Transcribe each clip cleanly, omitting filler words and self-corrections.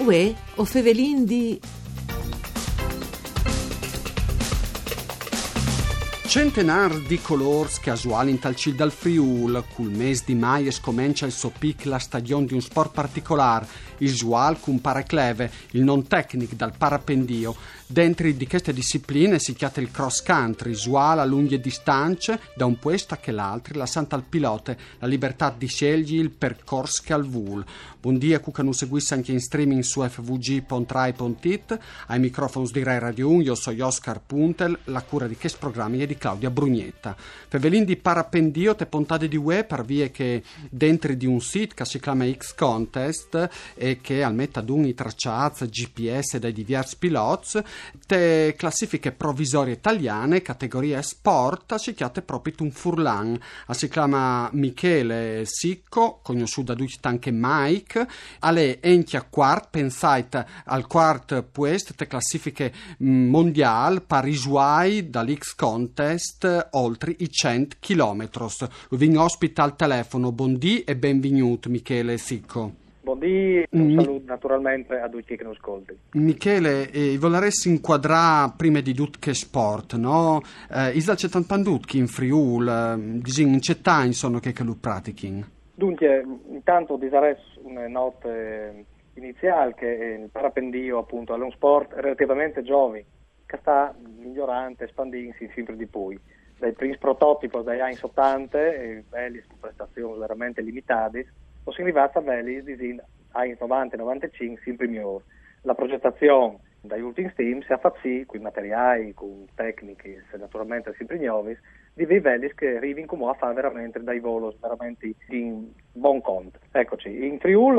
Uè, o Fevelin di... Centenar di colors casuali in tal cil dal Friul, cul mes di mai scomincia il sopic la stagione di un sport particolare, il jual cum paracleve, il non tecnic dal parapendio. Dentro di queste discipline si chiama il cross country, jual a lunghe distanze, da un puesto che l'altro, lasciando al pilota la libertà di scegliere il percorso che al vul. Buongiorno, cuca non seguisse anche in streaming su fvg.rai.it, ai microfoni di Rai Radio 1, io sono Oscar Puntel, la cura di questo programma è di Claudia Brugnetta. Fevelin di parapendio te puntate di web per vie che dentro di un sito che si chiama X Contest e che almetta ad un i tracciati GPS dai diversi piloti, te classifiche provvisorie italiane, categoria sport, si chiama proprio un furlan. Si chiama Michele Sicco, conosciuto da tutti anche Mike, alle entia quart, pensate al quart puesto, te classifiche mondiali, parisuai dall'X Contest, oltre i 100 chilometros. Lo vin ospita al telefono. Buondì e benvenuto Michele Sicco. Buondì, un saluto naturalmente a tutti che non ascolti. Michele, voleresti inquadrare prima di tutto che sport, no? Isla c'è tanto pandut in Friul, in città insomma che lo pratichi. Dunque, intanto disarei una nota iniziale che il parapendio appunto è un sport relativamente giovane che sta migliorando, espandendosi sempre di più. Dai primi prototipi dagli anni 80, belli con prestazioni veramente limitate, sono arrivati a belli dagli anni 90-95 sempre migliori. La progettazione dagli ultimi team si ha fatto sì, con i materiali, con tecniche, naturalmente sempre nuove, di livelli che arrivano come a fare veramente dai voli veramente in buon conto. Eccoci, in Friul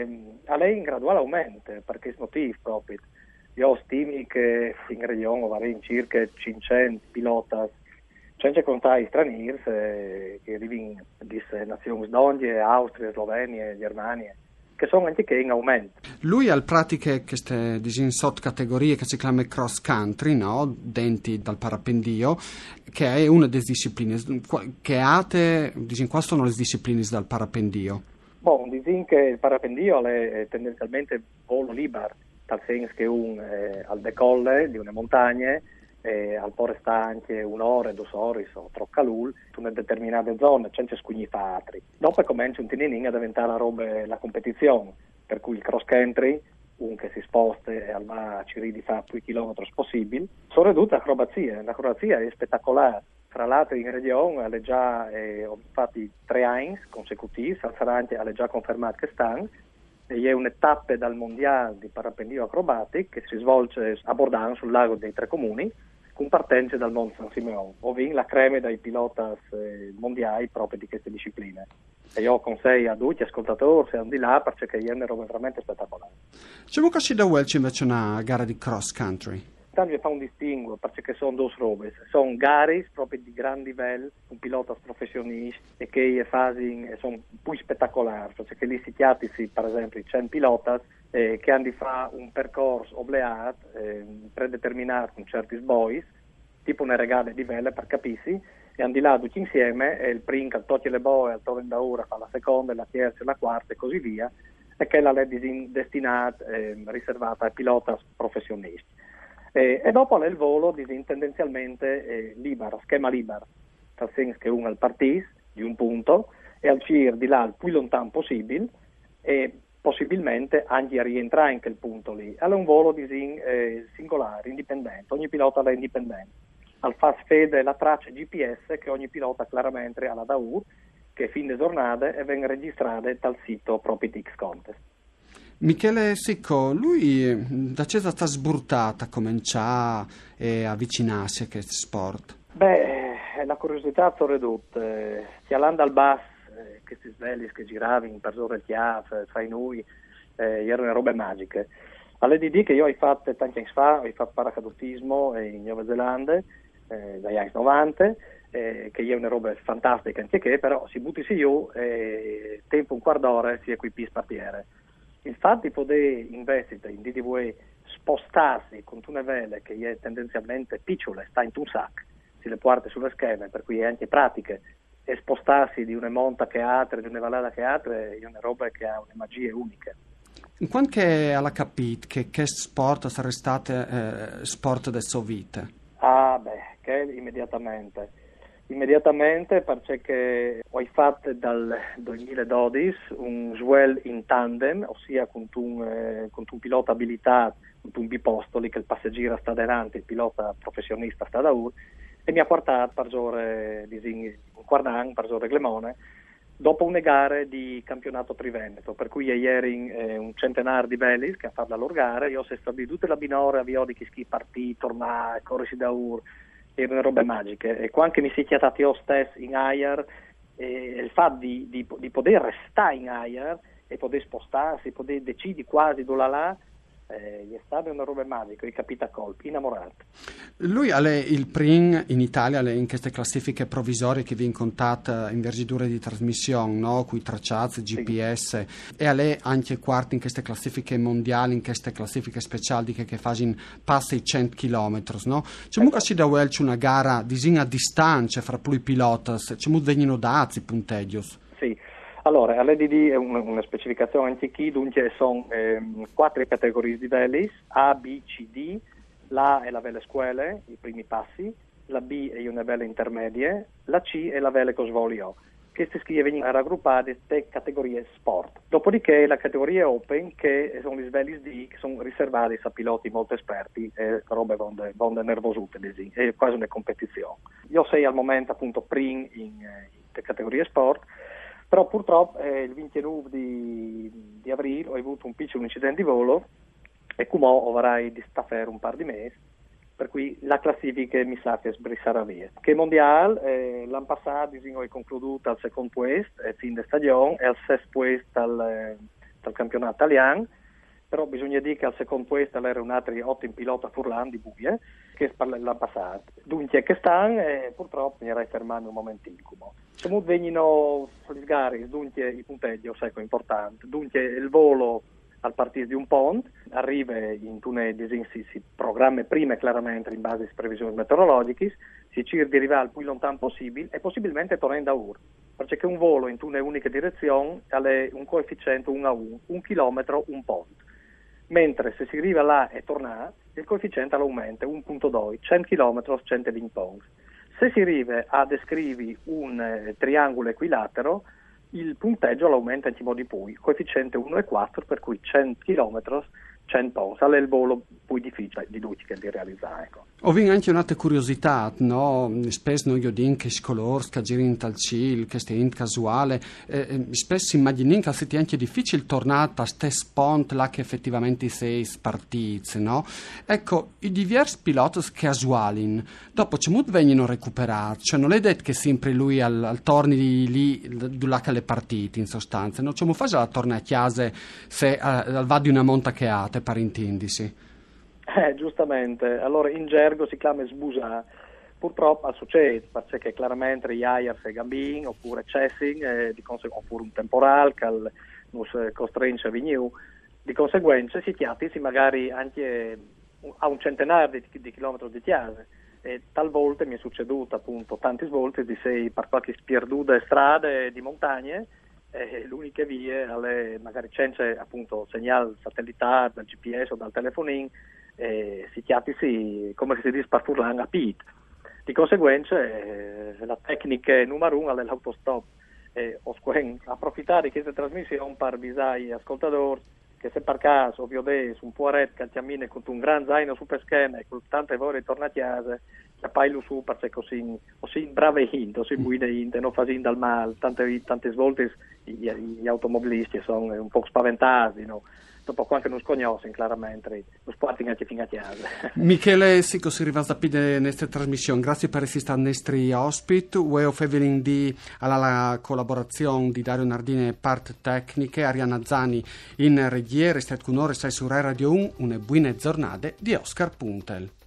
a lei in graduale aumento, per questo motivo proprio. Io stimi che in regione varremo circa 500 piloti, senza contare i stranieri che arrivano dalle nazioni d'Ondie, Austria, Slovenia, Germania, che sono anche che in aumento. Lui ha pratiche queste in sottocategorie che si chiama cross country, no? Denti dal parapendio, che è una delle discipline che ate, quali sono le discipline dal parapendio? Bon, dicono che il parapendio è tendenzialmente volo libero, nel senso che al decolle di una montagna al pore sta anche un'ora, 2 ore o 3 calul in determinate zone, senza scugni fa altri. Dopo comincia un tininin a diventare la competizione, per cui il cross country, che si sposta e al va ci ridi fa più chilometri possibili, sono ridotte acrobazie. L'acrobazia è spettacolare. Fra l'altro in regione alle già ho fatti 3 anni consecutivi, Salsarante alle già confermato che stanno, e è un'etappa dal mondiale di parapendio acrobatic che si svolge a Bordano sul lago dei Tre Comuni, con partenze dal Monte San Simeon, ovvero la creme dai piloti mondiali proprio di queste discipline. E io consiglio a tutti gli ascoltatori se andano di là perché è una roba veramente spettacolare. C'è un si da Welch invece una gara di cross country? Intanto fa un distinguo perché sono 2 robe, sono gare proprio di gran livello, con piloti professionisti e che sono più spettacolari, perché lì si chiamano per esempio 100 piloti che hanno di fare un percorso obbligato, predeterminato con certi sboi, tipo una regale di velle per capirsi, e hanno di là tutti insieme, e il primo che toglie le boe, al torno da ora fa la seconda, la terza, la quarta e così via, e che la è destinata, riservata ai piloti professionisti. E dopo è il volo tendenzialmente libero, schema libero, nel senso che uno al partis di un punto e al CIR di là il più lontano possibile e possibilmente anche a rientrare in quel punto lì. È un volo singolare, indipendente, ogni pilota è indipendente. Al fa fede la traccia GPS che ogni pilota chiaramente ha la DAU, che fin le giornate e vengono registrate dal sito proprio di X Contest. Michele Sicco, lui da cosa sta sburtata a cominciare e avvicinarsi a questo sport? La curiosità sono ridotte. Chialando al bus, questi svegli che giravano per ore il chiaf, tra noi, erano robe magiche. All'EDD che io ho fatto tanti anni fa, ho fatto paracadutismo in Nuova Zelanda, dagli anni 90, che è una roba fantastica anche che, però si butti io, tempo un quarto d'ora si equipi spapiere. Il fatto di poter investire in DDV, spostarsi con una vele che è tendenzialmente piccola, sta in un sacco, si le porta sulle schede, per cui è anche pratiche, e spostarsi di una monta che altre, di una vallata che altre, è una roba che ha una magia unica. Quando alla capito che sport sarebbe stato sport del sua vita? Che immediatamente perché ho fatto dal 2012 un swell in tandem, ossia con un pilota abilitato, con un bipostoli che il passeggero sta davanti, il pilota professionista sta da ur, e mi ha portato per giorni un quartan, per giorni Glemone, dopo une gare di campionato triveneto, per cui ieri un centenario di belli che a fare la loro gara, io ho stabilito tutte la binore, avvio di chi partì, tornare, corrersi da ur, erano robe magiche. E quando mi si è chiamato io stesso in air, il fatto di poter restare in air e poter spostarsi, poter decidere quasi dove là, è stata una roba magica, ho capito a colpi, innamorato. Lui ha il prim in Italia in queste classifiche provvisorie che vi incontrate in vergidure di trasmissione, no? Qui tracciati, GPS, sì. E a lei anche quarto in queste classifiche mondiali, in queste classifiche speciali che fanno passa i 100 km, no? C'è molto si da Welch una gara a distanza fra più piloti, c'è molto vengono dati i punteggios. Sì. Allora, l'EDD è una specificazione anche qui, dunque sono 4 categorie di livelli, A, B, C, D, l'A è la vele scuole, i primi passi, la B è una vele intermedie, la C è la vele che svolio. Queste scrive vengono raggruppate in categorie sport. Dopodiché la categoria Open, che sono i livelli D, che sono riservati a piloti molto esperti e robe vonde nervosute, è quasi una competizione. Io sei al momento appunto prim in categorie sport, però purtroppo il 29 di aprile ho avuto un piccolo incidente di volo e come avrai di stare un par di mesi, per cui la classifica mi sa che sbrissarà via. Che mondiale, l'anno passato ho concluso al secondo posto, fin di stagione, e al sesto posto al campionato italiano, però bisogna dire che al secondo posto era un altro ottimo pilota furlan di buie, che l'anno passato. Dunque che stanno, purtroppo mi erai fermato un momentino. Se vengono le gare, dunque i punteggi, è importante, dunque il volo al partire di un pont, arriva in una si programma prima chiaramente in base alle previsioni meteorologiche, si cerca di arrivare il più lontano possibile e possibilmente tornare da ur, perché un volo in una unica direzione ha un coefficiente 1:1, 1 chilometro, un pont. Mentre se si arriva là e torna, il coefficiente aumenta 1.2, 100 km, 120 pong. Se si arriva a descrivere un triangolo equilatero, il punteggio l'aumenta in modo di più, coefficiente 1,4, per cui 100 km, 100 pong. È il volo più difficile di tutti che di realizzare. Ecco. Ho anche un'altra curiosità, no? Spesso noi dicono che scolors, che giri in tal cil, che stai in casuale, spesso immaginiamo che sia anche difficile tornare a stess pont là che effettivamente sei spartiti, no? Ecco, i diversi piloti casuali, dopo c'è molto vengono recuperati, cioè non è detto che sempre lui al torni lì, là che le partite in sostanza, no? C'è molto facile a tornare a casa se al va di una monta che ha, per intendisi. Giustamente, allora in gergo si chiama sbusa, purtroppo succede perché chiaramente gli airs e gambini oppure chasing oppure un temporal che non si costringe a venire, di conseguenza si chiatti magari anche a un centenario di chilometri di chiase e talvolta mi è succeduto appunto tanti volte di sei per qualche spierduta strade di montagne l'unica via alle magari c'è appunto segnale satellitare dal GPS o dal telefonino si chiappi come si dice per furlan a pit. Di conseguenza la tecnica numero 1 è l'autostop approfittare di questa trasmissione per avvisare gli ascoltatori che se per caso ovviamente su un puaret che cammina con un gran zaino su per schema e con tante ore torna a casa chiappailo su perché così brave hint, così buine hint non fa dal male tante volte gli automobilisti sono un po' spaventati, no? Dopo quando non sconoscono chiaramente lo sport anche fino a casa. Michele Sico si arriva a sapere in questa trasmissione, grazie per essere ai nostri ospiti. Ueo Fevelin di alla collaborazione di Dario Nardini e parte tecniche, Arianna Zani in regiere, state con ore 6 su Rai Radio 1, una buona giornata di Oscar Puntel.